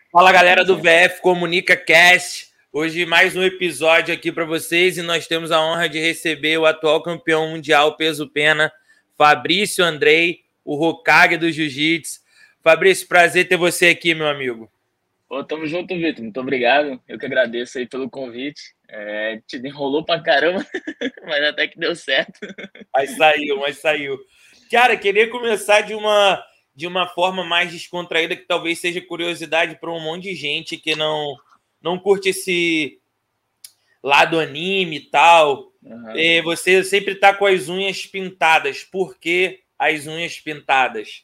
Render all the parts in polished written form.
Fala, galera do VF Comunica Cast. Hoje mais um episódio aqui para vocês e nós temos a honra de receber o atual campeão mundial peso-pena, Fabrício Andrei, o Hokage do Jiu-Jitsu. Fabrício, prazer ter você aqui, meu amigo. Pô, tamo junto, Vitor. Muito obrigado. Eu que agradeço aí pelo convite. Te enrolou pra caramba, mas até que deu certo. Mas saiu. Cara, queria começar de uma forma mais descontraída, que talvez seja curiosidade para um monte de gente que não curte esse lado anime e tal. Uhum. Você sempre tá com as unhas pintadas. Por que as unhas pintadas?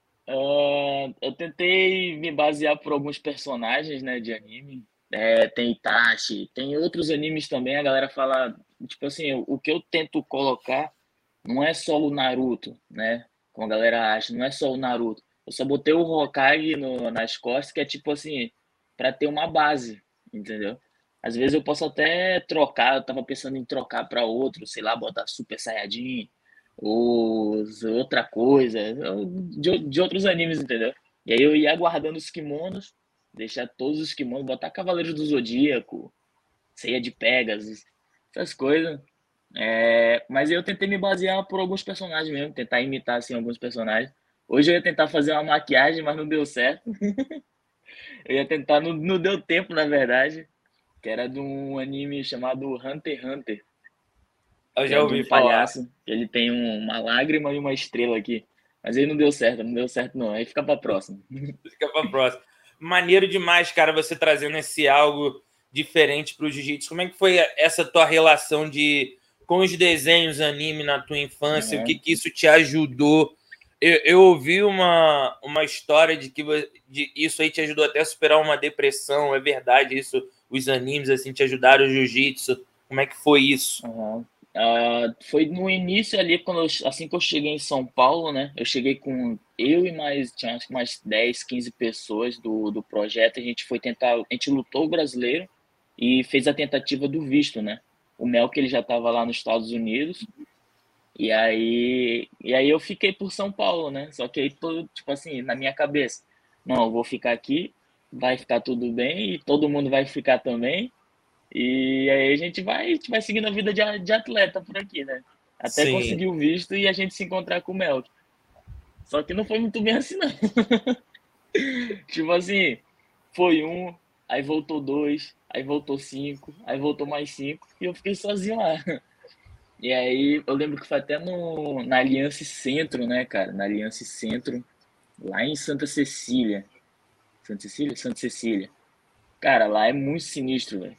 Eu tentei me basear por alguns personagens, né, de anime. Tem Itachi, tem outros animes também. A galera fala, tipo assim, o que eu tento colocar não é só o Naruto, né? Como a galera acha, não é só o Naruto. Eu só botei o Hokage nas costas, que é tipo assim, para ter uma base, entendeu? Às vezes eu posso até trocar, eu tava pensando em trocar para outro, sei lá, botar Super Saiyajin ou outra coisa, de outros animes, entendeu? E aí eu ia guardando os kimonos, deixar todos os kimonos, botar Cavaleiros do Zodíaco, Ceia de Pegasus, essas coisas. Mas eu tentei me basear por alguns personagens mesmo, tentar imitar assim alguns personagens. Hoje eu ia tentar fazer uma maquiagem, mas não deu certo. Eu ia tentar, não deu tempo, na verdade, que era de um anime chamado Hunter x Hunter, Eu que já é de um ouvi falar. palhaço, que ele tem uma lágrima e uma estrela aqui. Mas aí não deu certo não. Aí fica pra próxima. Fica pra próxima. Maneiro demais, cara, você trazendo esse algo diferente pro jiu-jitsu. Como é que foi essa tua relação com os desenhos anime na tua infância? O que Uhum. que isso te ajudou? Eu ouvi uma história de isso aí te ajudou até a superar uma depressão. É verdade isso? Os animes assim te ajudaram o jiu-jitsu? Como é que foi isso? Uhum. Foi no início ali, assim que eu cheguei em São Paulo, né? Eu cheguei com eu e tinha acho que mais 10, 15 pessoas do projeto. A gente foi tentar, a gente lutou o brasileiro e fez a tentativa do visto, né? O Mel, que ele já estava lá nos Estados Unidos, e aí eu fiquei por São Paulo, né? Só que aí, tipo assim, na minha cabeça, não, eu vou ficar aqui, vai ficar tudo bem e todo mundo vai ficar também. E aí a gente vai seguindo a vida de atleta por aqui, né? Até Sim. conseguir o visto e a gente se encontrar com o Mel. Só que não foi muito bem assim, não. Tipo assim, foi um, aí voltou dois, aí voltou cinco, aí voltou mais cinco, e eu fiquei sozinho lá. E aí eu lembro que foi até na Aliança Centro, né, cara? Na Aliança Centro, lá em Santa Cecília. Santa Cecília? Santa Cecília. Cara, lá é muito sinistro, velho.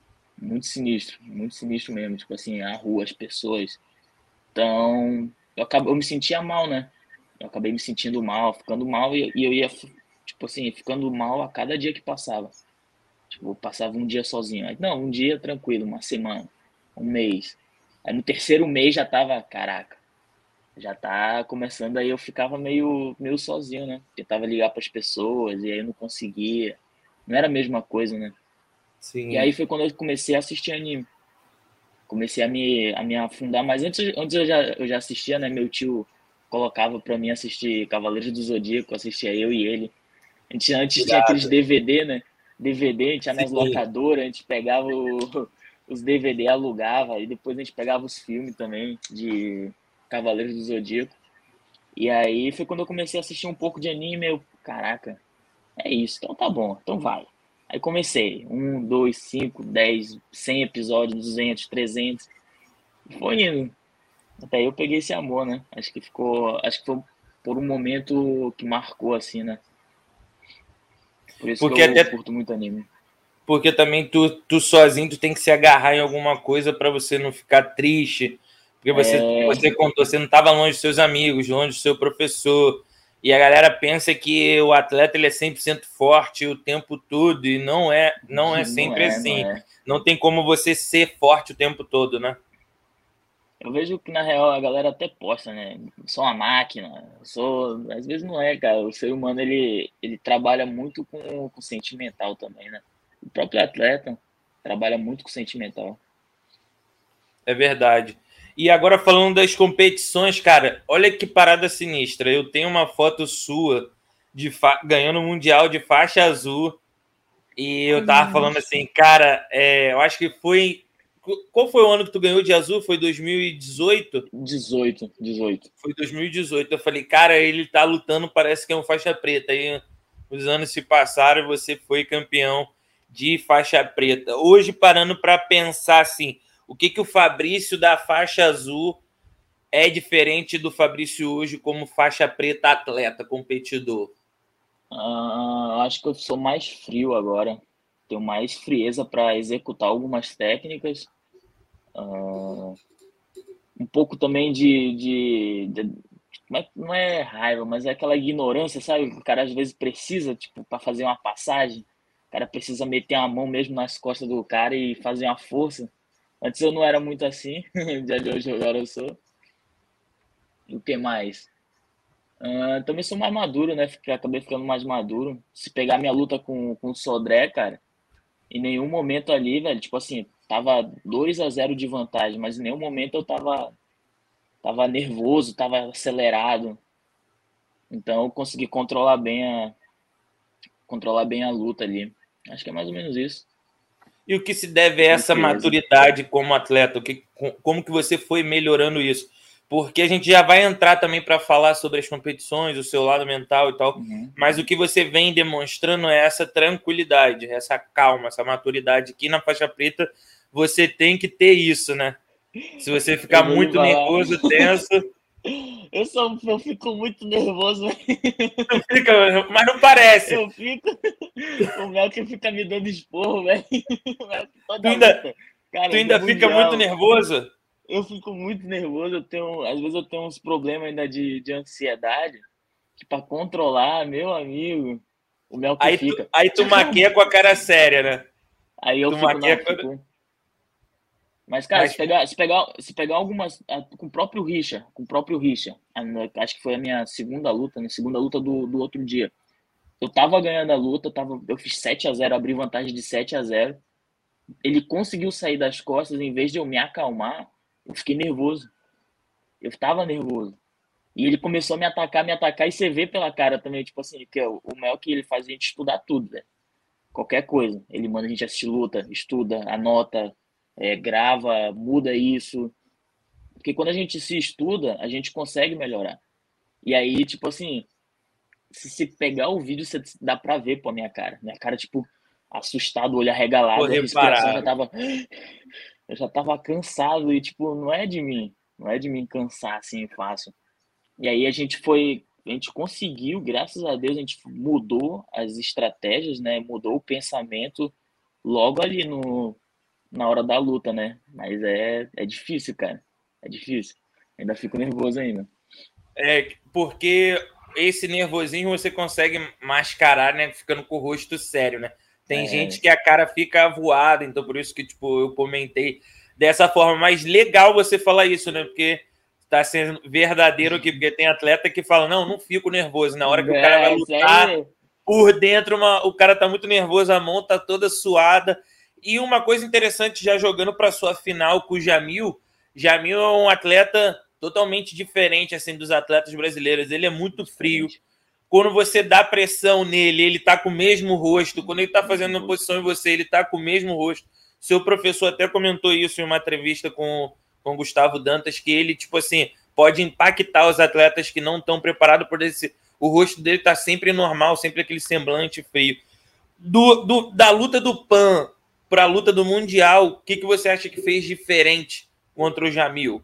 Muito sinistro mesmo. Tipo assim, a rua, as pessoas. Então, eu me sentia mal, né? Eu acabei me sentindo mal, ficando mal, e eu ia, tipo assim, ficando mal a cada dia que passava. Tipo, eu passava um dia sozinho. Aí, não, um dia tranquilo, uma semana, um mês. Aí no terceiro mês já tava, caraca, já tá começando, aí eu ficava meio sozinho, né? Tentava ligar para as pessoas e aí eu não conseguia. Não era a mesma coisa, né? E aí Sim. foi quando eu comecei a assistir anime. Comecei a me afundar, mas antes eu já assistia, né? Meu tio colocava pra mim assistir Cavaleiros do Zodíaco, assistia eu e ele. Antes tinha aqueles Irado. DVD, né? DVD, a gente ia nas Sim. locadoras, a gente pegava os DVD, alugava, e depois a gente pegava os filmes também de Cavaleiros do Zodíaco. E aí foi quando eu comecei a assistir um pouco de anime, eu, caraca, é isso, então tá bom, então vai. Aí comecei, 1, 2, 5, 10, 100 episódios, 200, 300, foi indo. Até aí eu peguei esse amor, né? Acho que foi por um momento que marcou assim, né? Por isso que Porque eu até curto muito anime. porque também tu sozinho tu tem que se agarrar em alguma coisa para você não ficar triste, porque você contou, você não estava longe dos seus amigos, longe do seu professor, e a galera pensa que o atleta ele é 100% forte o tempo todo, e não é Não sempre é, não assim. é. Não tem como você ser forte o tempo todo, né? Eu vejo que na real a galera até posta, né? Sou uma máquina, Às vezes não é, cara. O ser humano ele trabalha muito com sentimental também, né? O próprio atleta trabalha muito com sentimental. É verdade. E agora falando das competições, cara, olha que parada sinistra. Eu tenho uma foto sua ganhando o Mundial de faixa azul. E eu tava falando assim, cara, eu acho que foi. Qual foi o ano que tu ganhou de azul? Foi 2018? 18. Foi 2018. Eu falei, cara, ele tá lutando, parece que é um faixa preta. Aí os anos se passaram e você foi campeão de faixa preta. Hoje, parando para pensar assim, o que o Fabrício da faixa azul é diferente do Fabrício hoje como faixa preta atleta, competidor? Acho que eu sou mais frio agora. Tenho mais frieza para executar algumas técnicas. Um pouco também não é raiva, mas é aquela ignorância, sabe? O cara às vezes precisa, tipo, para fazer uma passagem, o cara precisa meter a mão mesmo nas costas do cara e fazer uma força. Antes eu não era muito assim, já de hoje agora eu sou. E o que mais? Também sou mais maduro, né? Acabei ficando mais maduro. Se pegar minha luta com o Sodré, cara, em nenhum momento ali, velho, tipo assim, tava 2-0 de vantagem, mas em nenhum momento eu tava nervoso, tava acelerado. Então eu consegui controlar bem a luta ali. Acho que é mais ou menos isso. E o que se deve a Questão de essa frieza. maturidade como atleta? Como que você foi melhorando isso? Porque a gente já vai entrar também para falar sobre as competições, o seu lado mental e tal, mas o que você vem demonstrando é essa tranquilidade, essa calma, essa maturidade que na faixa preta você tem que ter isso, né? Se você ficar Eu vou lhe muito falar. nervoso, tenso, Eu fico muito nervoso, velho. fica, mas não parece. Eu fico. O Melk fica me dando esporro, velho. Tu Toda ainda, luta. tu Cara, no ainda fica muito Mundial, nervoso? eu fico muito nervoso. Às vezes eu tenho uns problemas ainda de ansiedade. Que pra controlar, meu amigo, o Melk Aí tu, fica. aí tu maquia com a cara séria, né? Aí eu Tu fico, maquia não, com... fico. Mas, cara, Mas se pegar algumas. Com o próprio Richa, acho que foi a minha segunda luta, né? Segunda luta do outro dia. Eu tava ganhando a luta, eu fiz 7-0, abri vantagem de 7-0. Ele conseguiu sair das costas, em vez de eu me acalmar, eu fiquei nervoso. Eu tava nervoso. E ele começou a me atacar, e você vê pela cara também, tipo assim, que o Melk, ele faz a gente estudar tudo, velho. Qualquer coisa. Ele manda a gente assistir luta, estuda, anota, grava, muda isso. Porque quando a gente se estuda, a gente consegue melhorar. E aí, tipo assim, se pegar o vídeo, você dá pra ver, pô, a minha cara. Minha cara, tipo, assustado, olho vou arregalado, a respiração já reparar. tava. Eu já tava cansado e, tipo, não é de mim. Não é de mim cansar assim fácil. E aí a gente conseguiu, graças a Deus, a gente mudou as estratégias, né? Mudou o pensamento logo ali na hora da luta, né? Mas é difícil, cara. É difícil. Ainda fico nervoso ainda. Porque esse nervosinho você consegue mascarar, né? Ficando com o rosto sério, né? Tem gente É, que a cara fica avoada, então por isso que, tipo, eu comentei dessa forma. Mas legal você falar isso, né? Porque tá sendo verdadeiro aqui, porque tem atleta que fala, não fico nervoso. Na hora que o cara vai lutar, sério? por dentro, o cara tá muito nervoso, a mão tá toda suada. E uma coisa interessante, já jogando para sua final com o Jamil, Jamil é um atleta totalmente diferente assim dos atletas brasileiros. Ele é muito frio. Diferente. Quando você dá pressão nele, ele tá com o mesmo rosto. Quando ele tá fazendo uma posição em você, ele tá com o mesmo rosto. Seu professor até comentou isso em uma entrevista com o Gustavo Dantas, que ele, tipo assim, pode impactar os atletas que não estão preparados por esse. O rosto dele tá sempre normal, sempre aquele semblante frio. Da luta do PAN para a luta do Mundial, o que você acha que fez diferente contra o Jamil?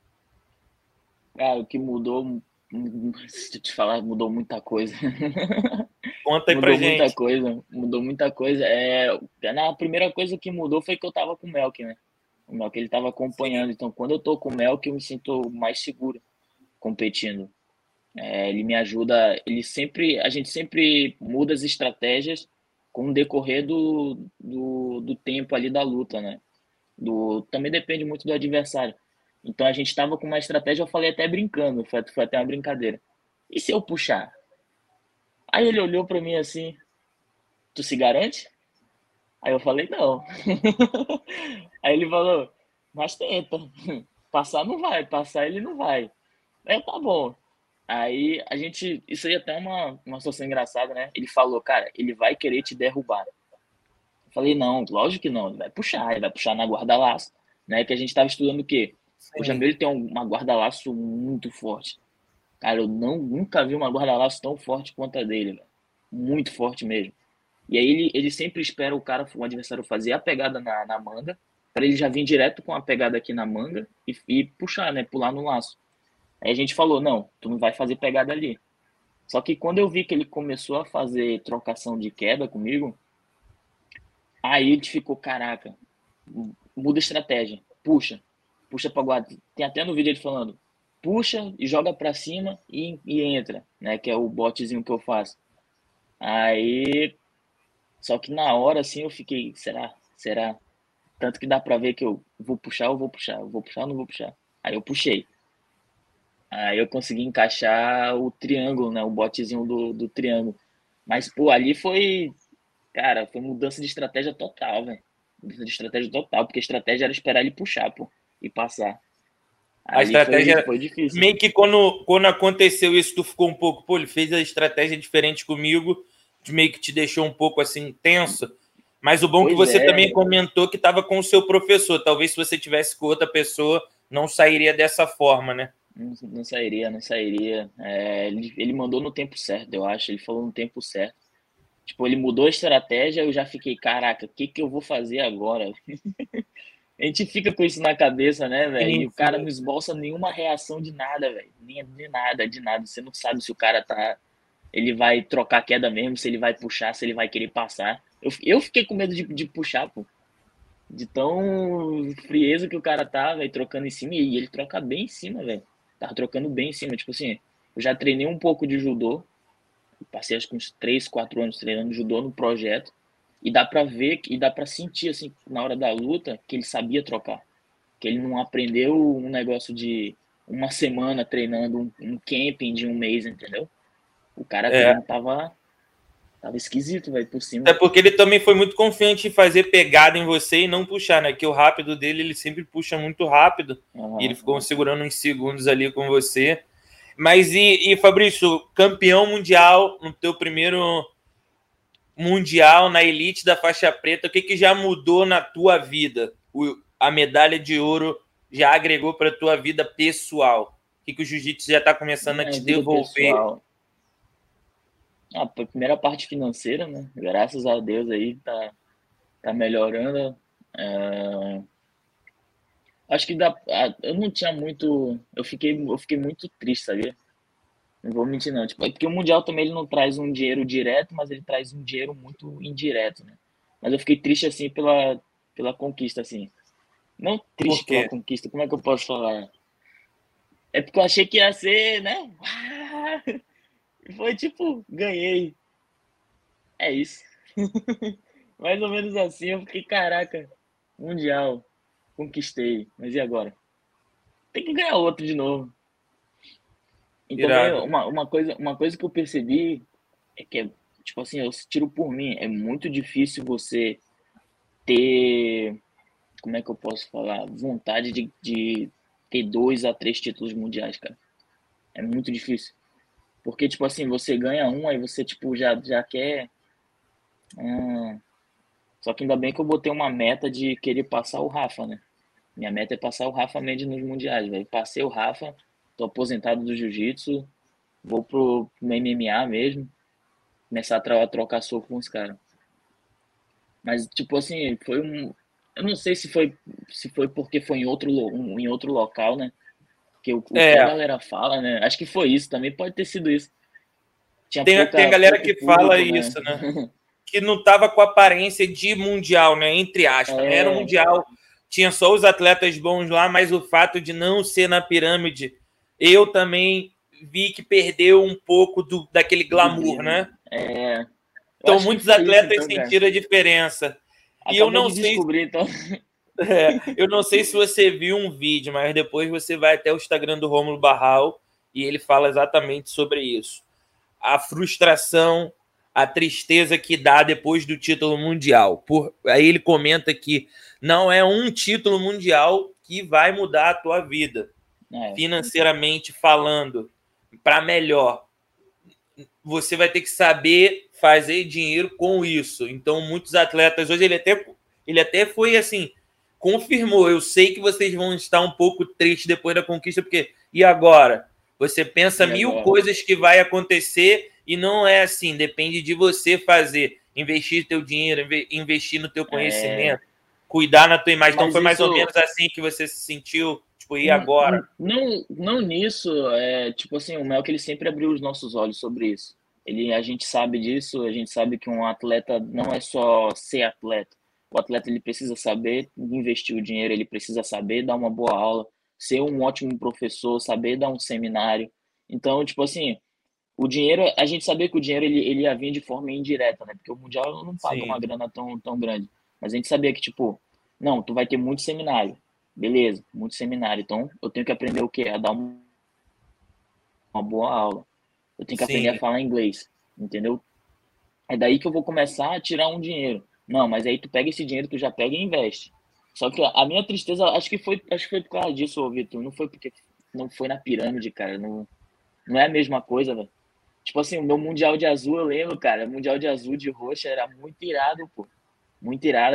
Cara, o que mudou, se eu te falar, mudou muita coisa. Conta aí pra gente. Mudou muita coisa. Na primeira coisa que mudou foi que eu tava com o Melk, né? O Melk, ele tava Sim. acompanhando. Então, quando eu tô com o Melk, eu me sinto mais seguro competindo. Ele me ajuda, a gente sempre muda as estratégias com o decorrer do tempo ali da luta, né? Também depende muito do adversário. Então a gente estava com uma estratégia, eu falei até brincando, foi até uma brincadeira. E se eu puxar? Aí ele olhou para mim assim, tu se garante? Aí eu falei, não. Aí ele falou, mas tenta. Passar não vai, passar ele não vai. Tá bom. Aí isso aí é até uma situação engraçada, né? Ele falou, cara, ele vai querer te derrubar. Falei, não, lógico que não, ele vai puxar na guarda-laço, né? Que a gente tava estudando o quê? O Sim. Jamil ele tem uma guarda-laço muito forte. Cara, eu nunca vi uma guarda-laço tão forte quanto a dele, velho. Muito forte mesmo. E aí ele sempre espera o adversário fazer a pegada na manga, para ele já vir direto com a pegada aqui na manga e puxar, né? Pular no laço. Aí a gente falou, não, tu não vai fazer pegada ali. Só que quando eu vi que ele começou a fazer trocação de queda comigo, aí ele ficou, caraca, muda a estratégia, puxa pra guarda. Tem até no vídeo ele falando, puxa e joga pra cima e entra, né? Que é o botezinho que eu faço. Aí, só que na hora, assim, eu fiquei, será? Será? Tanto que dá pra ver que eu vou puxar, eu vou puxar, eu não vou puxar. Aí eu puxei. Aí eu consegui encaixar o triângulo, né? O botezinho do triângulo. Mas, pô, ali foi, cara, foi mudança de estratégia total, velho. Mudança de estratégia total, porque a estratégia era esperar ele puxar, pô, e passar. A Ali estratégia. foi difícil. Meio que quando aconteceu isso, tu ficou um pouco, pô, ele fez a estratégia diferente comigo, meio que te deixou um pouco assim tenso. Mas o bom é que Pois você é, também comentou que estava com o seu professor. Talvez se você tivesse com outra pessoa, não sairia dessa forma, né? não sairia, não sairia. É, ele mandou no tempo certo, eu acho. Ele falou no tempo certo. Tipo, ele mudou a estratégia, eu já fiquei, caraca, o que que eu vou fazer agora? A gente fica com isso na cabeça, né, velho? E Sim, o cara sim. não esboça nenhuma reação de nada, velho. De nada, de nada. Você não sabe se o cara tá. Ele vai trocar queda mesmo, se ele vai puxar, se ele vai querer passar. Eu fiquei com medo de puxar, pô. De tão frieza que o cara tá, velho, trocando em cima. E ele troca bem em cima, velho. Tava trocando bem em cima. Tipo assim, eu já treinei um pouco de judô. Passei acho que uns 3, 4 anos treinando judô no projeto. E dá pra ver, e dá pra sentir, assim, na hora da luta, que ele sabia trocar. Que ele não aprendeu um negócio de uma semana treinando um camping de um mês, entendeu? O cara É. treino tava esquisito, velho, por cima. Até porque ele também foi muito confiante em fazer pegada em você e não puxar, né? Que o rápido dele, ele sempre puxa muito rápido. E ele Uhum. ficou segurando uns segundos ali com você. Mas e Fabrício, campeão mundial no teu primeiro mundial na elite da faixa preta, o que, que já mudou na tua vida? A medalha de ouro já agregou para a tua vida pessoal? O que, que o jiu-jitsu já está começando a Minha te vida devolver? pessoal. A primeira parte financeira, né? Graças a Deus aí tá melhorando. É, acho que eu não tinha muito. Eu fiquei muito triste, sabia? Não vou mentir, não. Tipo, é porque o Mundial também ele não traz um dinheiro direto, mas ele traz um dinheiro muito indireto, né? Mas eu fiquei triste, assim, pela conquista, assim. Não Por triste pela quê? conquista, como é que eu posso falar? É porque eu achei que ia ser, né? Foi tipo, ganhei. É isso. Mais ou menos assim, eu fiquei, caraca, Mundial, conquistei. Mas e agora? Tem que ganhar outro de novo. E também Irado. uma coisa que eu percebi é que, tipo assim, eu tiro por mim, é muito difícil você ter, como é que eu posso falar, vontade de ter 2 a 3 títulos mundiais, cara. É muito difícil. Porque, tipo assim, você ganha um, aí você, tipo, já quer. Hum, só que ainda bem que eu botei uma meta de querer passar o Rafa, né? Minha meta é passar o Rafa Mendes nos mundiais, velho. Passei o Rafa, tô aposentado do jiu-jitsu, vou pro MMA mesmo, começar a trocar soco com os caras. Mas, tipo assim, foi um. Eu não sei se foi porque foi em outro local, né? Porque o que a É, galera fala, né? Acho que foi isso, também pode ter sido isso. Tinha tem galera pouco que fala público, né? isso, né? Que não estava com aparência de mundial, né? Entre aspas, né? Era um É, mundial, tinha só os atletas bons lá, mas o fato de não ser na pirâmide, eu também vi que perdeu um pouco daquele do glamour, brilho. né? É, eu Então acho que muitos foi isso, atletas então, cara. sentiram a diferença. E eu Acabei não de sei, descobrir, então. eu não sei se você viu um vídeo, mas depois você vai até o Instagram do Rômulo Barral e ele fala exatamente sobre isso. A frustração, a tristeza que dá depois do título mundial. Aí ele comenta que não é um título mundial que vai mudar a tua vida, É, financeiramente falando, para melhor. Você vai ter que saber fazer dinheiro com isso. Então, muitos atletas hoje, ele até foi assim, confirmou, eu sei que vocês vão estar um pouco tristes depois da conquista, porque e agora? Você pensa mil coisas que vai acontecer e não é assim, depende de você fazer, investir teu dinheiro, investir no teu conhecimento, cuidar na tua imagem. Então foi mais ou menos assim que você se sentiu, tipo, e agora? Não nisso, tipo assim, o Melk ele sempre abriu os nossos olhos sobre isso. A gente sabe disso, a gente sabe que um atleta não é só ser atleta. O atleta ele precisa saber investir o dinheiro, ele precisa saber dar uma boa aula, ser um ótimo professor, saber dar um seminário. Então, tipo assim, o dinheiro, a gente sabia que o dinheiro ele ia vir de forma indireta, né? Porque o Mundial não paga uma Sim, grana tão grande. Mas a gente sabia que, tipo, não, tu vai ter muito seminário. Beleza, muito seminário. Então, eu tenho que aprender o quê? A dar uma boa aula. Eu tenho que aprender a sim. falar inglês, entendeu? É daí que eu vou começar a tirar um dinheiro. Não, mas aí tu pega esse dinheiro, tu já pega e investe. Só que a minha tristeza, acho que foi por causa disso, Vitor. Não foi porque não foi na pirâmide, cara. Não, não é a mesma coisa, velho. Tipo assim, o meu Mundial de Azul, eu lembro, cara. Mundial de Azul de roxa era muito irado, pô. Muito irado,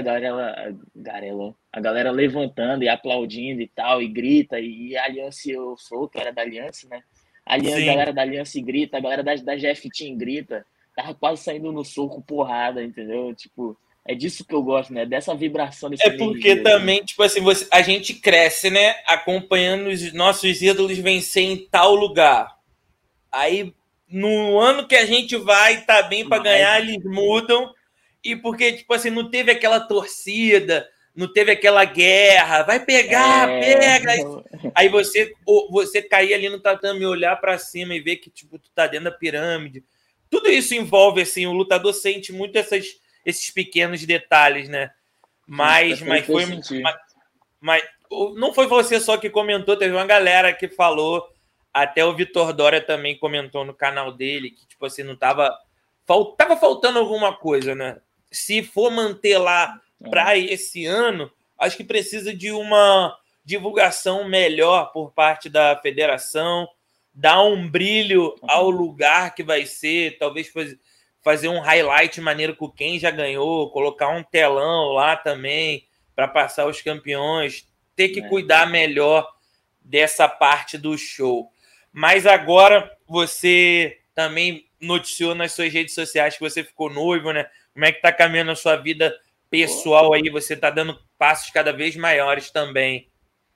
a galera levantando e aplaudindo e tal, e grita, e a Aliança eu sou, que era da Aliança, né? A Sim. galera da Aliança grita, a galera da GF Team grita. Tava quase saindo no soco, porrada, entendeu? Tipo, é disso que eu gosto, né? Dessa vibração, dessa É porque energia, assim. também, tipo assim, a gente cresce, né? Acompanhando os nossos ídolos vencer em tal lugar. Aí, no ano que a gente vai, tá bem para Mas, ganhar, eles mudam. E porque, tipo assim, não teve aquela torcida, não teve aquela guerra, vai pegar, é... pega. Aí você cair ali no tatame, olhar para cima e ver que tipo tu tá dentro da pirâmide. Tudo isso envolve assim, o lutador sente muito esses pequenos detalhes, né? Mas, Foi o mas que eu foi, senti. mas não foi você só que comentou, teve uma galera que falou, até o Vitor Dória também comentou no canal dele que tipo assim não tava faltando alguma coisa, né? Se for manter lá É, para esse ano, acho que precisa de uma divulgação melhor por parte da federação, dar um brilho ao lugar que vai ser, talvez fazer um highlight maneiro com quem já ganhou, colocar um telão lá também para passar os campeões, ter que é. cuidar melhor dessa parte do show. Mas agora você também noticiou nas suas redes sociais que você ficou noivo, né? Como é que tá caminhando a sua vida Pô, pessoal aí? Você tá dando passos cada vez maiores também.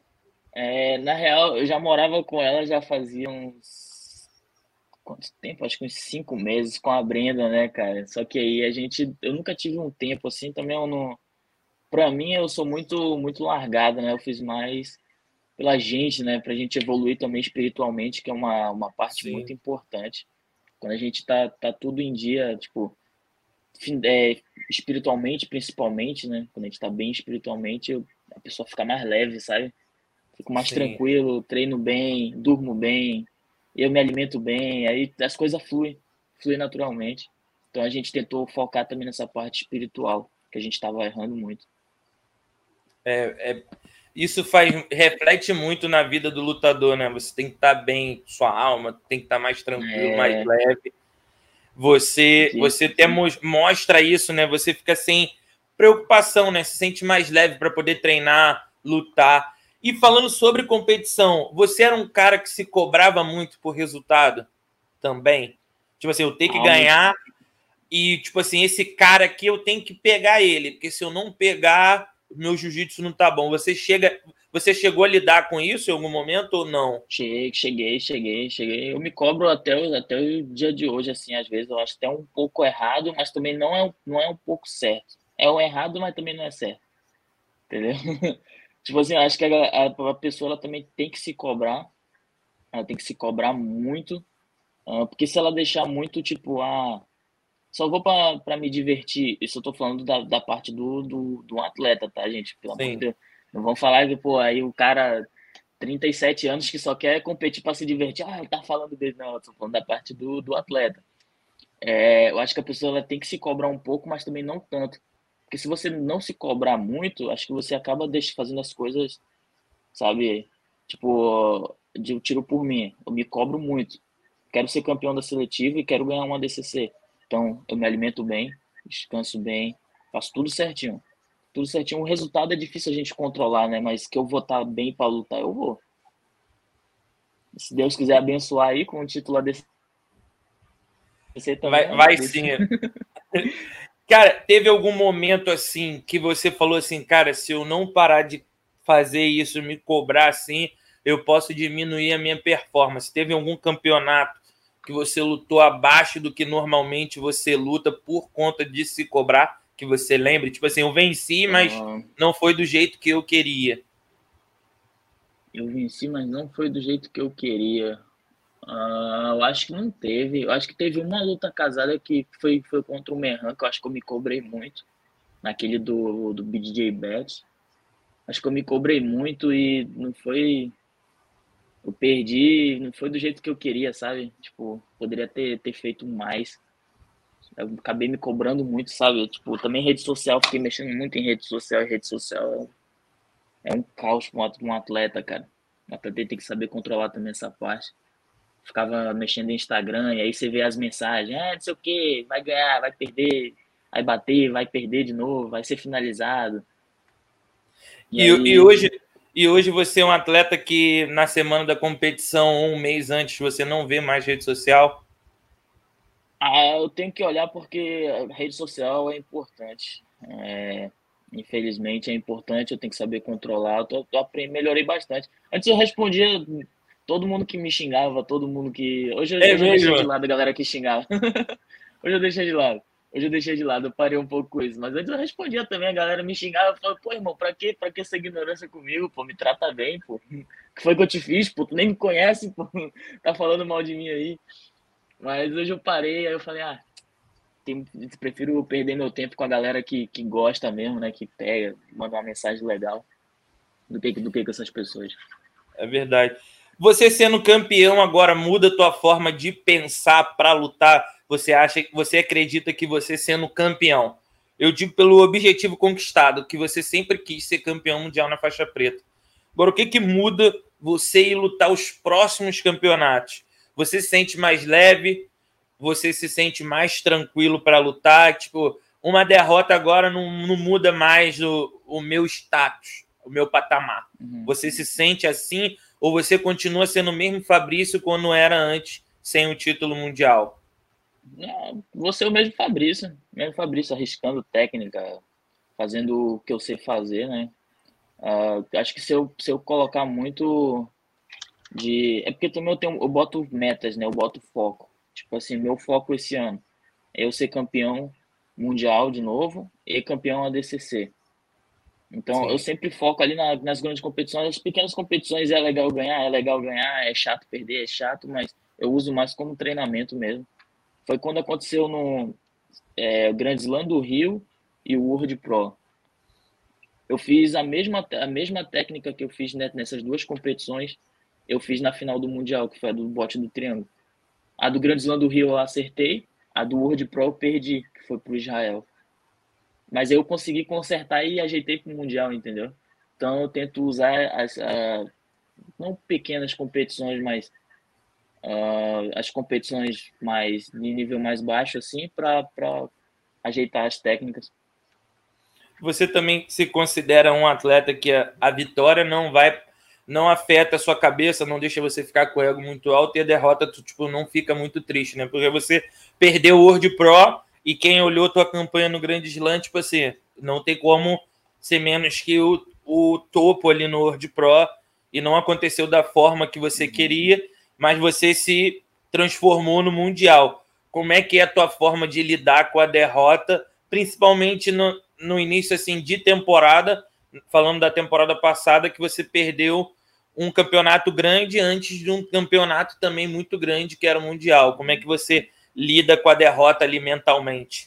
na real, eu já morava com ela já fazia uns. Quanto tempo? Acho que uns 5 meses com a Brenda, né, cara? Só que aí eu nunca tive um tempo assim, também eu não. Pra mim, eu sou muito largado, né? Eu fiz mais pela gente, né? Pra gente evoluir também espiritualmente, que é uma parte muito Sim, importante. Quando a gente tá tudo em dia, tipo, espiritualmente, principalmente, né? Quando a gente tá bem espiritualmente, a pessoa fica mais leve, sabe? Fico mais sim. tranquilo, treino bem, durmo bem, eu me alimento bem, aí as coisas fluem naturalmente. Então a gente tentou focar também nessa parte espiritual, que a gente estava errando muito. Isso reflete muito na vida do lutador, né? Você tem que estar bem, sua alma tem que estar mais tranquilo, mais É, leve. Você até mostra isso, né? Você fica sem preocupação, né? Se sente mais leve para poder treinar, lutar. E falando sobre competição, você era um cara que se cobrava muito por resultado também? Tipo assim, eu tenho que muito. ganhar e, tipo assim, esse cara aqui eu tenho que pegar ele, porque se eu não pegar, meu jiu-jitsu não tá bom. Você chegou a lidar com isso em algum momento ou não? Cheguei. Eu me cobro até o dia de hoje, assim, às vezes eu acho até um pouco errado, mas também não é um pouco certo. É o errado, mas também não é certo, entendeu? Tipo assim, eu acho que a pessoa ela também tem que se cobrar, ela tem que se cobrar muito, porque se ela deixar muito, tipo, só vou pra me divertir, isso eu tô falando da parte do atleta, tá, gente? Pelo amor de Sim, Deus. Não vamos falar que, pô, aí o cara, 37 anos, que só quer competir pra se divertir, ele tá falando dele. Não, eu tô falando da parte do atleta. Eu acho que a pessoa ela tem que se cobrar um pouco, mas também não tanto. Porque se você não se cobrar muito, acho que você acaba fazendo as coisas, sabe? Tipo, de tiro por mim. Eu me cobro muito. Quero ser campeão da seletiva e quero ganhar uma DCC. Então, eu me alimento bem, descanso bem, faço tudo certinho. Tudo certinho. O resultado é difícil a gente controlar, né? Mas que eu vou estar bem para lutar, eu vou. Se Deus quiser abençoar aí com o título ADC também, eu Vai agradeço. sim. Cara, teve algum momento assim que você falou assim, cara, se eu não parar de fazer isso, me cobrar assim, eu posso diminuir a minha performance? Teve algum campeonato que você lutou abaixo do que normalmente você luta por conta de se cobrar, que você lembre? Tipo assim, eu venci, mas não foi do jeito que eu queria. Eu venci, mas não foi do jeito que eu queria. Eu acho que não teve. Eu acho que teve uma luta casada que foi contra o Merran, que eu acho que eu me cobrei muito. Naquele do BJJ Bet. Acho que eu me cobrei muito e não foi. Eu perdi, não foi do jeito que eu queria, sabe? Tipo, poderia ter feito mais. Eu acabei me cobrando muito, sabe? Tipo, também rede social, fiquei mexendo muito em rede social. E rede social é um caos para um atleta, cara. O atleta tem que saber controlar também essa parte. Ficava mexendo em Instagram, e aí você vê as mensagens, não sei o que, vai ganhar, vai perder, vai bater, vai perder de novo, vai ser finalizado. E E, e, aí, hoje, e hoje você é um atleta que na semana da competição, um mês antes, você não vê mais rede social? eu tenho que olhar porque a rede social é importante. Infelizmente é importante, eu tenho que saber controlar. Melhorei bastante. Antes eu respondia todo mundo que me xingava, todo mundo que. É Hoje eu deixei mesmo? de lado a galera que xingava. Hoje eu deixei de lado. Hoje eu deixei de lado, eu parei um pouco com isso. Mas antes eu respondia também, a galera me xingava, eu falava, pô, irmão, pra que essa ignorância comigo, pô? Me trata bem, pô. O que foi que eu te fiz, pô? Tu nem me conhece, pô. Tá falando mal de mim aí. Mas hoje eu parei, aí eu falei, prefiro perder meu tempo com a galera que gosta mesmo, né? Que pega, manda uma mensagem legal, do que com essas pessoas. É verdade. Você sendo campeão agora muda a tua forma de pensar para lutar? Você acredita que você sendo campeão, eu digo pelo objetivo conquistado, que você sempre quis ser campeão mundial na faixa preta. Agora, o que muda você ir lutar os próximos campeonatos? Você se sente mais leve? Você se sente mais tranquilo para lutar? Tipo, uma derrota agora não muda mais o meu status, o meu patamar. Você se sente assim ou você continua sendo o mesmo Fabrício quando era antes, sem o título mundial? Não, vou ser o mesmo Fabrício arriscando técnica, fazendo o que eu sei fazer, né? Acho que se eu colocar muito de. É porque também eu boto metas, né? Eu boto foco. Tipo assim, meu foco esse ano é eu ser campeão mundial de novo e campeão ADCC. Então, eu Sim. sempre foco ali nas grandes competições. As pequenas competições é legal ganhar, é chato perder, é chato, mas eu uso mais como treinamento mesmo. Foi quando aconteceu no Grand Slam do Rio e o World Pro. Eu fiz a mesma técnica que eu fiz nessas duas competições, eu fiz na final do Mundial, que foi a do bote do triângulo. A do Grand Slam do Rio eu acertei, a do World Pro eu perdi, que foi pro Israel. Mas eu consegui consertar e ajeitei pro Mundial, entendeu? Então eu tento usar não pequenas competições, mas as competições mais de nível mais baixo, assim, para ajeitar as técnicas. Você também se considera um atleta que a vitória não afeta a sua cabeça, não deixa você ficar com o ego muito alto e a derrota tu, tipo, não fica muito triste, né? Porque você perdeu o World Pro e quem olhou tua campanha no Grande Slam, tipo assim, não tem como ser menos que o topo ali no World Pro e não aconteceu da forma que você queria, mas você se transformou no Mundial. Como é que é a tua forma de lidar com a derrota, principalmente no início assim de temporada, falando da temporada passada, que você perdeu um campeonato grande antes de um campeonato também muito grande, que era o Mundial. Como é que você lida com a derrota ali mentalmente?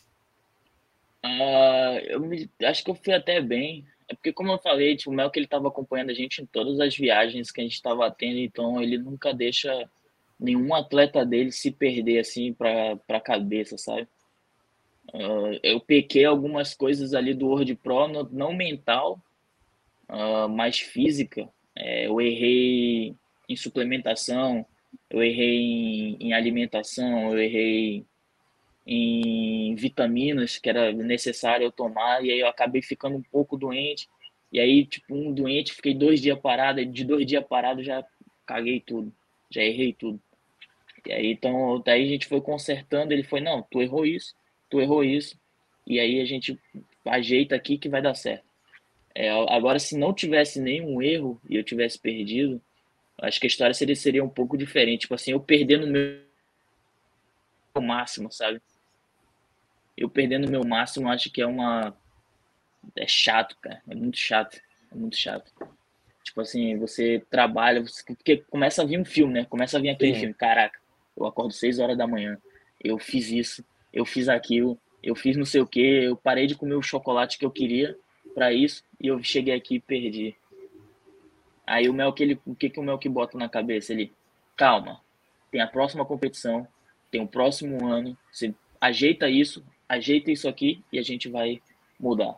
Acho que eu fui até bem. É porque, como eu falei, tipo, o Mel que ele estava acompanhando a gente em todas as viagens que a gente estava tendo, então ele nunca deixa nenhum atleta dele se perder assim para a cabeça, sabe? Eu pequei algumas coisas ali do World Pro, não mental, mais física. Eu errei em suplementação, eu errei em alimentação, eu errei em vitaminas que era necessário eu tomar, e aí eu acabei ficando um pouco doente. E aí, tipo, um doente, fiquei 2 dias parado, e de 2 dias parado já caguei tudo, já errei tudo. E aí, então, daí a gente foi consertando, ele foi, não, tu errou isso, e aí a gente ajeita aqui que vai dar certo. Agora, se não tivesse nenhum erro e eu tivesse perdido, acho que a história seria um pouco diferente. Tipo assim, eu perdendo o meu máximo, sabe? Eu perdendo o meu máximo, acho que é chato, cara. É muito chato. É muito chato. Tipo assim, você trabalha, porque começa a vir um filme, né? Começa a vir aquele Sim. filme. Caraca, eu acordo 6 horas da manhã. Eu fiz isso, eu fiz aquilo, eu fiz não sei o quê. Eu parei de comer o chocolate que eu queria pra isso e eu cheguei aqui e perdi. Aí o Melk, o que que o Melk bota na cabeça? Ele, calma, tem a próxima competição, tem o próximo ano, você ajeita isso aqui e a gente vai mudar.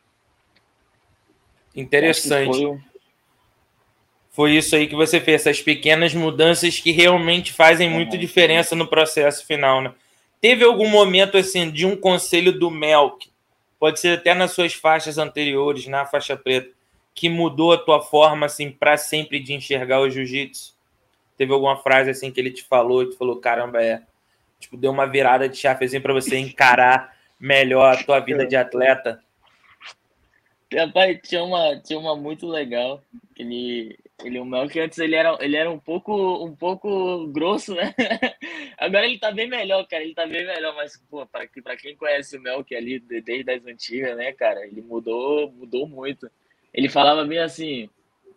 Eu acho que Interessante. Foi isso aí que você fez, essas pequenas mudanças que realmente fazem muita Uhum. diferença no processo final, né? Teve algum momento, assim, de um conselho do Melk, pode ser até nas suas faixas anteriores, na faixa preta, que mudou a tua forma, assim, para sempre de enxergar o jiu-jitsu? Teve alguma frase, assim, que ele te falou e tu falou, caramba, tipo, deu uma virada de chave, assim, para você encarar melhor a tua vida de atleta? Rapaz, tinha uma muito legal. O Melk antes ele era um pouco grosso, né? Agora ele tá bem melhor, cara. Ele tá bem melhor, mas, pô, pra quem conhece o Melk ali desde as antigas, né, cara? Ele mudou muito. Ele falava bem assim: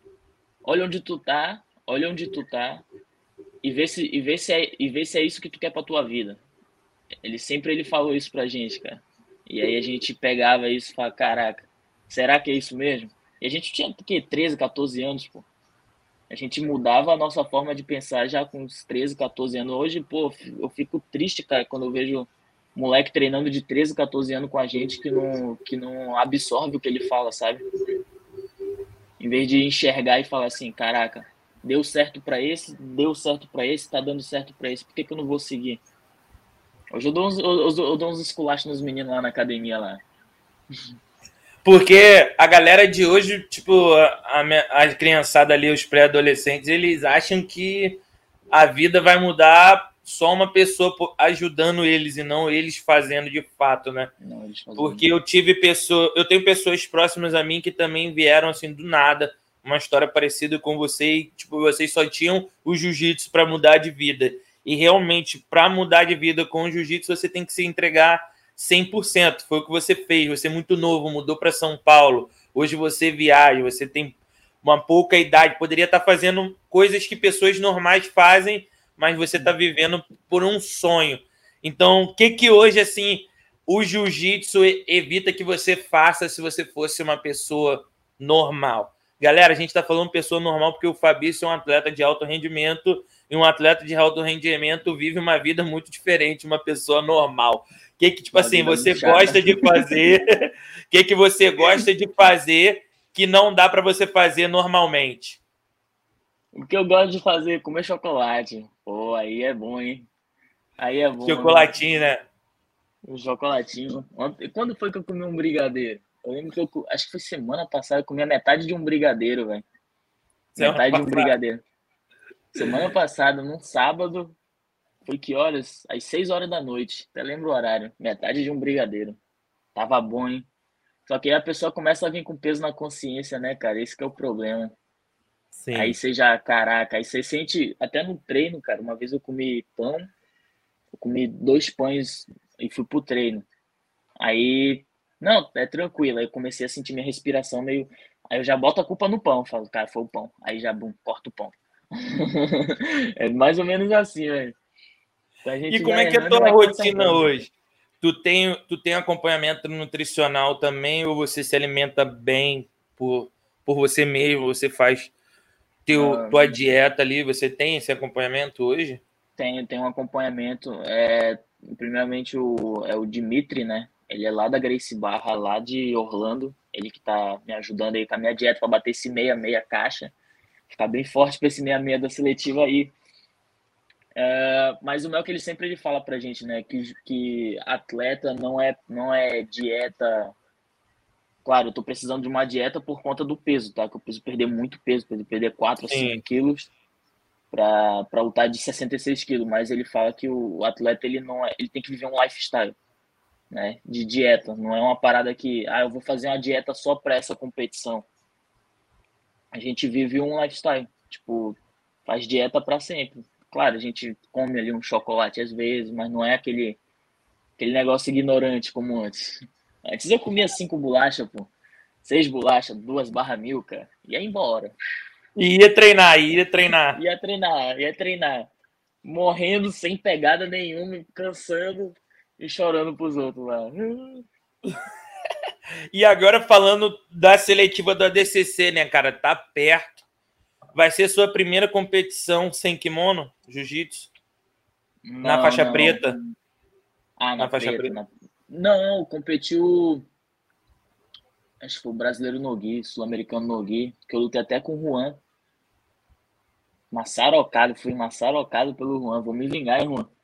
olha onde tu tá e vê se é isso que tu quer pra tua vida. Ele falou isso pra gente, cara. E aí a gente pegava isso e falava, caraca, será que é isso mesmo? E a gente tinha, o quê? 13, 14 anos, pô. A gente mudava a nossa forma de pensar já com uns 13, 14 anos. Hoje, pô, eu fico triste, cara, quando eu vejo moleque treinando de 13, 14 anos com a gente que não absorve o que ele fala, sabe? Em vez de enxergar e falar assim, caraca, deu certo pra esse, tá dando certo pra esse, por que que eu não vou seguir? Hoje eu dou uns esculachos nos meninos lá na academia lá. Porque a galera de hoje, tipo, a criançada ali, os pré-adolescentes, eles acham que a vida vai mudar só uma pessoa ajudando eles e não eles fazendo de fato, né? Não, eles fazendo. Porque eu tenho pessoas próximas a mim que também vieram assim do nada, uma história parecida com você, e tipo, vocês só tinham o jiu-jitsu para mudar de vida. E realmente, para mudar de vida com o jiu-jitsu, você tem que se entregar 100%. Foi o que você fez. Você é muito novo, mudou para São Paulo. Hoje você viaja, você tem uma pouca idade, poderia estar fazendo coisas que pessoas normais fazem, mas você está vivendo por um sonho. Então, o que que hoje, assim, o jiu-jitsu evita que você faça se você fosse uma pessoa normal? Galera, a gente está falando pessoa normal porque o Fabrício é um atleta de alto rendimento e um atleta de alto rendimento vive uma vida muito diferente de uma pessoa normal. O que tipo Uma assim, vida você puxada. gosta de fazer? O que você gosta de fazer que não dá para você fazer normalmente? O que eu gosto de fazer é comer chocolate. Pô, aí é bom, hein? Aí é bom, hein? Chocolatinho, né? Um chocolatinho. Quando foi que eu comi um brigadeiro? Eu lembro que acho que foi semana passada, eu comi a metade de um brigadeiro, velho. Semana Metade de um passada. brigadeiro. Semana passada, num sábado, foi que horas? Às 6 horas da noite. Até lembro o horário. Metade de um brigadeiro. Tava bom, hein? Só que aí a pessoa começa a vir com peso na consciência, né, cara? Esse que é o problema. Aí Sim. você já, caraca, aí você sente, até no treino, cara, uma vez eu comi pão, eu comi 2 pães e fui pro treino. Aí, não, é tranquilo, aí eu comecei a sentir minha respiração meio, aí eu já boto a culpa no pão, falo, cara, foi o pão. Aí já, bum, corta o pão. É mais ou menos assim, velho. Então a E gente como vai é que é a errando e tua vai rotina consertando. hoje? Tu tem acompanhamento nutricional também ou você se alimenta bem por você mesmo? Você faz Ah, tua dieta ali? Você tem esse acompanhamento hoje? tem um acompanhamento. Primeiramente o Dimitri, né? Ele é lá da Gracie Barra, lá de Orlando. Ele que tá me ajudando aí com a minha dieta para bater esse 66 caixa. Ficar bem forte para esse 66 da seletiva aí. Mas o Melk, ele sempre fala pra gente, né, que atleta não é dieta. Claro, eu tô precisando de uma dieta por conta do peso, tá? Que eu preciso perder muito peso, preciso perder 4 a 5 Sim. quilos para lutar de 66 quilos. Mas ele fala que o atleta, ele tem que viver um lifestyle, né? De dieta. Não é uma parada que, eu vou fazer uma dieta só para essa competição. A gente vive um lifestyle, tipo, faz dieta para sempre. Claro, a gente come ali um chocolate às vezes, mas não é aquele negócio ignorante como antes. Antes eu comia 5 bolachas, pô. 6 bolachas, 2 barra Milka, ia embora. Ia treinar, ia treinar. Ia treinar. Morrendo sem pegada nenhuma, cansando e chorando pros outros lá. E agora falando da seletiva do ADCC, né, cara? Tá perto. Vai ser sua primeira competição sem kimono, jiu-jitsu? Na faixa Não. preta? Na faixa preta. Não, competiu. Acho que foi o brasileiro Nogui, sul-americano Nogui, que eu lutei até com o Juan. Fui maçarocado pelo Juan. Vou me vingar, hein, Juan?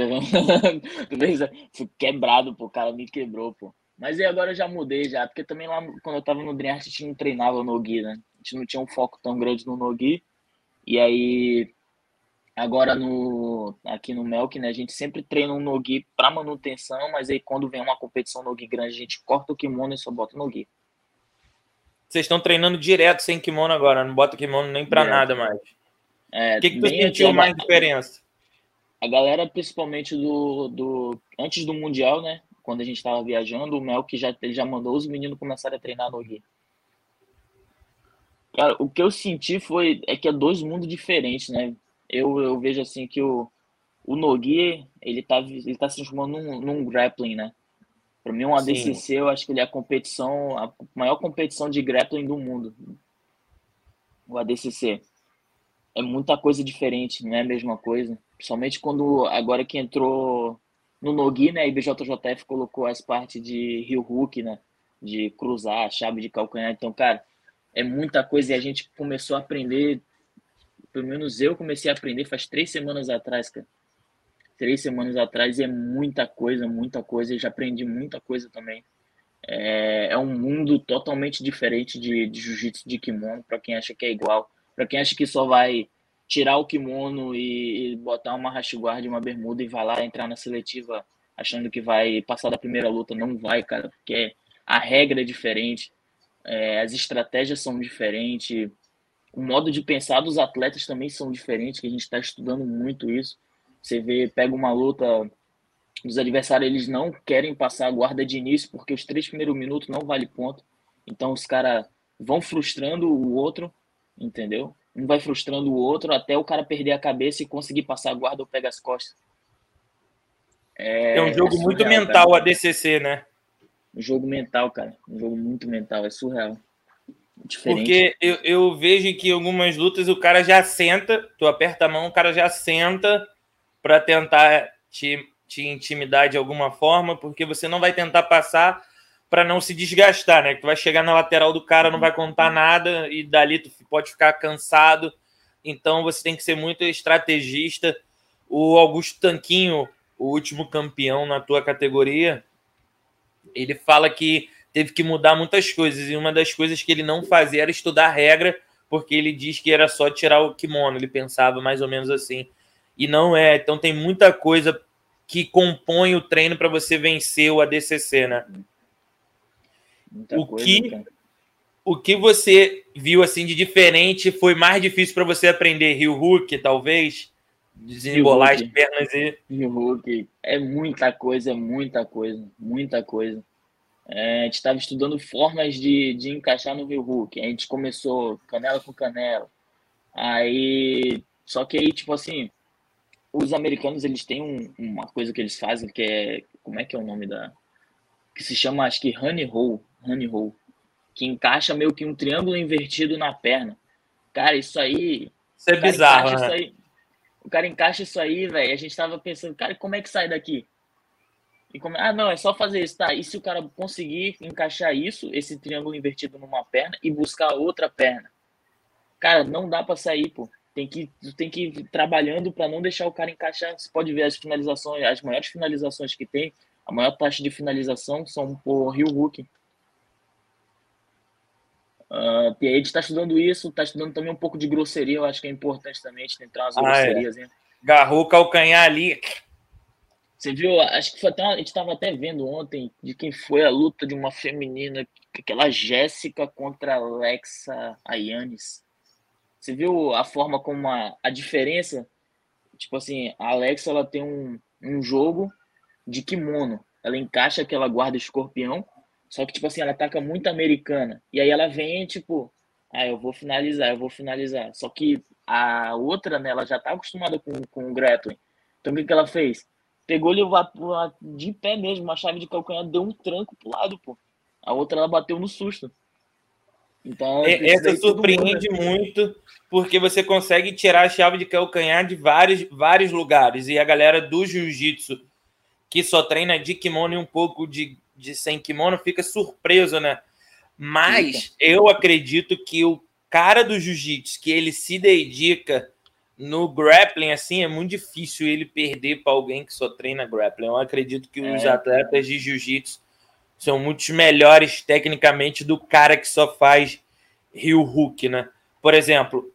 Fui quebrado, pô. O cara me quebrou, pô. Mas aí agora eu já mudei já, porque também lá quando eu tava no Dream a gente não treinava o Nogi, né? A gente não tinha um foco tão grande no Nogi. E aí, agora aqui no Melk, né? A gente sempre treina um Nogi pra manutenção, mas aí quando vem uma competição Nogi grande, a gente corta o kimono e só bota o Nogi. Vocês estão treinando direto sem kimono agora, não bota kimono nem pra Direto. nada mais. O que tu Bem antes, sentiu mais diferença? a galera, principalmente antes do Mundial, né? Quando a gente tava viajando, o Melk ele já mandou os meninos começarem a treinar Nogi. Cara, o que eu senti é que é dois mundos diferentes, né? Eu vejo assim que o Nogi, ele tá se transformando num grappling, né? Para mim, um Sim. ADCC, eu acho que ele é a maior competição de grappling do mundo. O ADCC. É muita coisa diferente, não é a mesma coisa. Principalmente quando, agora que entrou no Nogi, né? A IBJJF colocou as partes de heel hook, né? De cruzar, chave de calcanhar. Então, cara, é muita coisa e a gente começou a aprender, pelo menos eu comecei a aprender faz 3 semanas atrás, cara. 3 semanas atrás e é muita coisa, e já aprendi muita coisa também. É um mundo totalmente diferente de jiu-jitsu de kimono, para quem acha que é igual. Para quem acha que só vai tirar o kimono e botar uma rash guard e uma bermuda e vai lá entrar na seletiva achando que vai passar da primeira luta, não vai, cara, porque a regra é diferente, as estratégias são diferentes, o modo de pensar dos atletas também são diferentes, que a gente está estudando muito isso. Você pega uma luta dos adversários, eles não querem passar a guarda de início, porque os 3 primeiros minutos não vale ponto. Então os caras vão frustrando o outro, entendeu? Um vai frustrando o outro até o cara perder a cabeça e conseguir passar a guarda ou pegar as costas. É um É jogo muito surreal, cara. mental o ADCC, né? Um jogo mental, cara. Um jogo muito mental, é surreal. Diferente. Porque eu vejo que em algumas lutas o cara já senta, tu aperta a mão, o cara já senta para tentar te intimidar de alguma forma, porque você não vai tentar passar para não se desgastar, né? Tu vai chegar na lateral do cara, não vai contar nada e dali tu pode ficar cansado. Então você tem que ser muito estrategista. O Augusto Tanquinho, o último campeão na tua categoria, ele fala que teve que mudar muitas coisas, e uma das coisas que ele não fazia era estudar a regra, porque ele diz que era só tirar o kimono, ele pensava mais ou menos assim. E não é, então tem muita coisa que compõe o treino para você vencer o ADCC, né? Muita coisa, cara. O que você viu assim de diferente foi mais difícil para você aprender? Heel hook, talvez? Desembolar as pernas e... Heel hook. É muita coisa, muita coisa, muita coisa. A gente estava estudando formas de encaixar no heel hook. A gente começou canela com canela. Só que aí, tipo assim, os americanos, eles têm uma coisa que eles fazem que é, como é que é o nome que se chama, acho que honey hole, que encaixa meio que um triângulo invertido na perna. Cara, isso aí, Isso é bizarro, isso né? aí, o cara encaixa isso aí, velho. A gente tava pensando, cara, como é que sai daqui? Não, é só fazer isso, tá? E se o cara conseguir encaixar esse triângulo invertido numa perna e buscar outra perna? Cara, não dá pra sair, pô. Tu tem que ir trabalhando para não deixar o cara encaixar. Você pode ver as finalizações, as maiores finalizações que tem, a maior taxa de finalização são por Ryu Hulk. E aí a gente tá estudando isso, tá estudando também um pouco de grosseria, eu acho que é importante também, a gente entrar umas grosserias. É. Garrou o calcanhar ali. Você viu, acho que foi até, a gente tava até vendo ontem de quem foi a luta de uma feminina, aquela Jéssica contra a Alexa Ayanes. Você viu a forma como a diferença? Tipo assim, a Alexa, ela tem um jogo de kimono. Ela encaixa aquela guarda escorpião, só que, tipo assim, ela ataca muito americana. E aí ela vem, tipo, eu vou finalizar, eu vou finalizar. Só que a outra, né, ela já tá acostumada com o grappling. Então, o que ela fez? Pegou-lhe de pé mesmo, uma chave de calcanhar, deu um tranco pro lado, pô. A outra, ela bateu no susto. Então, essa surpreende muito, porque você consegue tirar a chave de calcanhar de vários lugares. E a galera do jiu-jitsu, que só treina de kimono e um pouco de sem kimono, fica surpreso, né? Mas eu acredito que o cara do jiu-jitsu, que ele se dedica no grappling, assim, é muito difícil ele perder para alguém que só treina grappling. Eu acredito que os atletas de jiu-jitsu são muito melhores tecnicamente do cara que só faz heel hook, né? Por exemplo,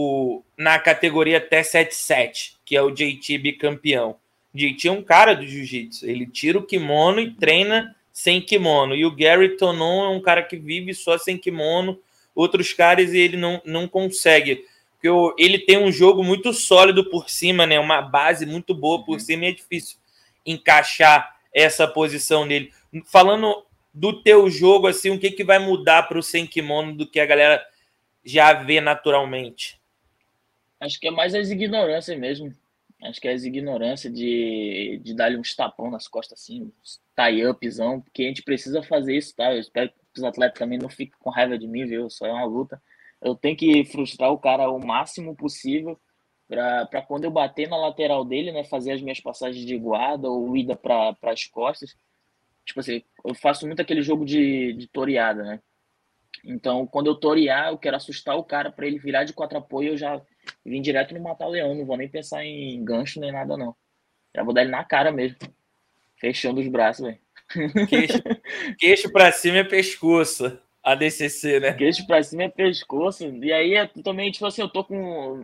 na categoria T77, que é o JT bicampeão. O JT é um cara do jiu-jitsu. Ele tira o kimono e treina sem kimono. E o Gary Tonon é um cara que vive só sem kimono. Outros caras ele não consegue. Porque ele tem um jogo muito sólido por cima, né? Uma base muito boa por cima, e é difícil encaixar essa posição dele. Falando do teu jogo, assim, o que vai mudar para o sem kimono do que a galera já vê naturalmente? Acho que é mais as ignorâncias mesmo. Acho que é as ignorâncias de dar-lhe uns tapão nas costas, assim, uns tie-upzão, porque a gente precisa fazer isso, tá? Eu espero que os atletas também não fiquem com raiva de mim, viu? Só é uma luta. Eu tenho que frustrar o cara o máximo possível para quando eu bater na lateral dele, né, fazer as minhas passagens de guarda ou ida para as costas. Tipo assim, eu faço muito aquele jogo de toreada, né? Então, quando eu torear, eu quero assustar o cara para ele virar de quatro apoio, eu já vim direto no matar o leão, não vou nem pensar em gancho nem nada, não. Já vou dar ele na cara mesmo, fechando os braços, velho. Queixo pra cima é pescoço. ADCC, né? Queixo pra cima é pescoço. E aí, também, tipo assim, eu tô com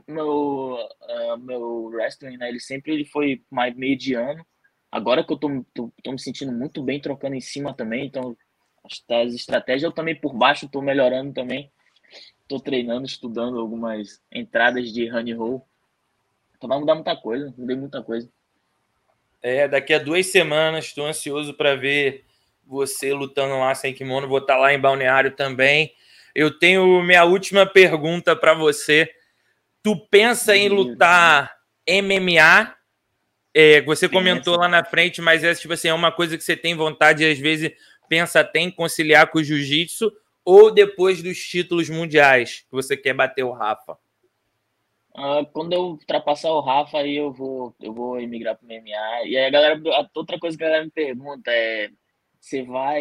meu wrestling, né? Ele foi mais mediano. Agora que eu tô me sentindo muito bem trocando em cima também, então as estratégias eu também por baixo tô melhorando também. Tô treinando, estudando algumas entradas de honey roll. Então vai mudar muita coisa, mudei muita coisa. Daqui a 2 semanas, estou ansioso para ver você lutando lá sem kimono. Vou estar lá em Balneário também. Eu tenho minha última pergunta para você. Tu pensa em lutar MMA? Você comentou lá na frente, mas tipo assim, é uma coisa que você tem vontade e às vezes pensa até em conciliar com o jiu-jitsu, ou depois dos títulos mundiais que você quer bater o Rafa? Quando eu ultrapassar o Rafa, aí eu vou emigrar pro MMA. E aí a galera, outra coisa que a galera me pergunta é: você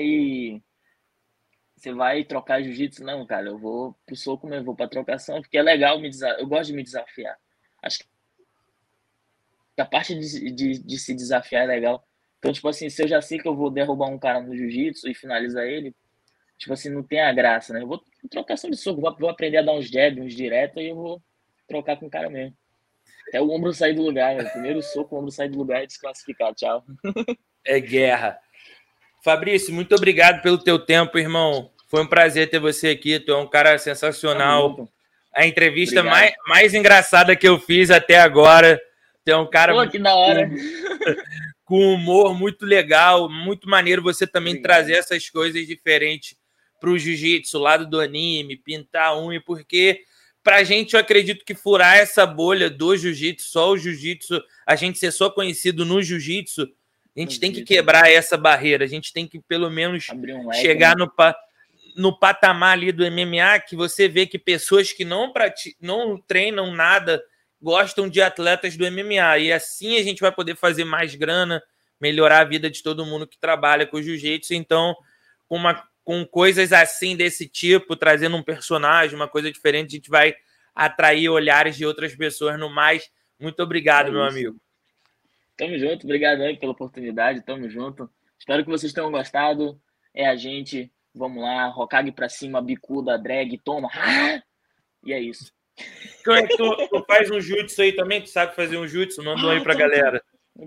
vai trocar jiu-jitsu? Não, cara, eu vou pro soco mesmo, vou pra trocação, porque é legal eu gosto de me desafiar. Acho que a parte de se desafiar é legal. Então, tipo assim, se eu já sei que eu vou derrubar um cara no jiu-jitsu e finalizar ele, tipo assim, não tem a graça, né? Eu vou trocação de soco, vou aprender a dar uns jabs, uns direto, e eu vou trocar com o cara mesmo. Até o ombro sair do lugar, né? Primeiro soco, o ombro sair do lugar e desclassificar. Tchau. É guerra. Fabrício, muito obrigado pelo teu tempo, irmão. Foi um prazer ter você aqui. Tu é um cara sensacional. A entrevista mais engraçada que eu fiz até agora. Tu é um cara que da hora. Com humor muito legal, muito maneiro você também trazer essas coisas diferentes para o jiu-jitsu, lado do anime, pintar a unha, porque pra gente, eu acredito que furar essa bolha do jiu-jitsu, só o jiu-jitsu, a gente ser só conhecido no jiu-jitsu, a gente tem que quebrar essa barreira, a gente tem que pelo menos chegar no patamar ali do MMA, que você vê que pessoas que não treinam nada gostam de atletas do MMA, e assim a gente vai poder fazer mais grana, melhorar a vida de todo mundo que trabalha com jiu-jitsu. Então, com coisas assim desse tipo, trazendo um personagem, uma coisa diferente, a gente vai atrair olhares de outras pessoas. No mais, muito obrigado, meu amigo. Tamo junto, obrigado aí pela oportunidade, tamo junto. Espero que vocês tenham gostado. É a gente, vamos lá, Hokage pra cima, bicuda, drag, toma. E é isso. Como é que tu faz um jutsu aí também? Tu sabe fazer um jutsu? Manda um aí pra galera.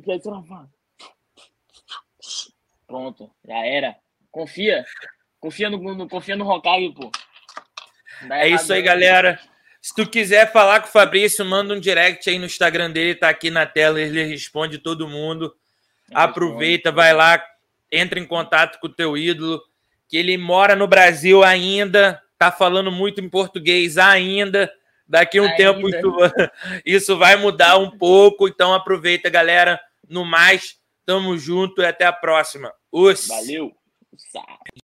Pronto, já era. Confia no Hokage, pô. É isso aí, galera. Se tu quiser falar com o Fabrício, manda um direct aí no Instagram dele, tá aqui na tela, ele responde todo mundo. Aproveita, vai lá, entra em contato com o teu ídolo, que ele mora no Brasil ainda, tá falando muito em português ainda. Daqui a um tempo isso vai mudar um pouco, então aproveita, galera. No mais, tamo junto e até a próxima. Valeu.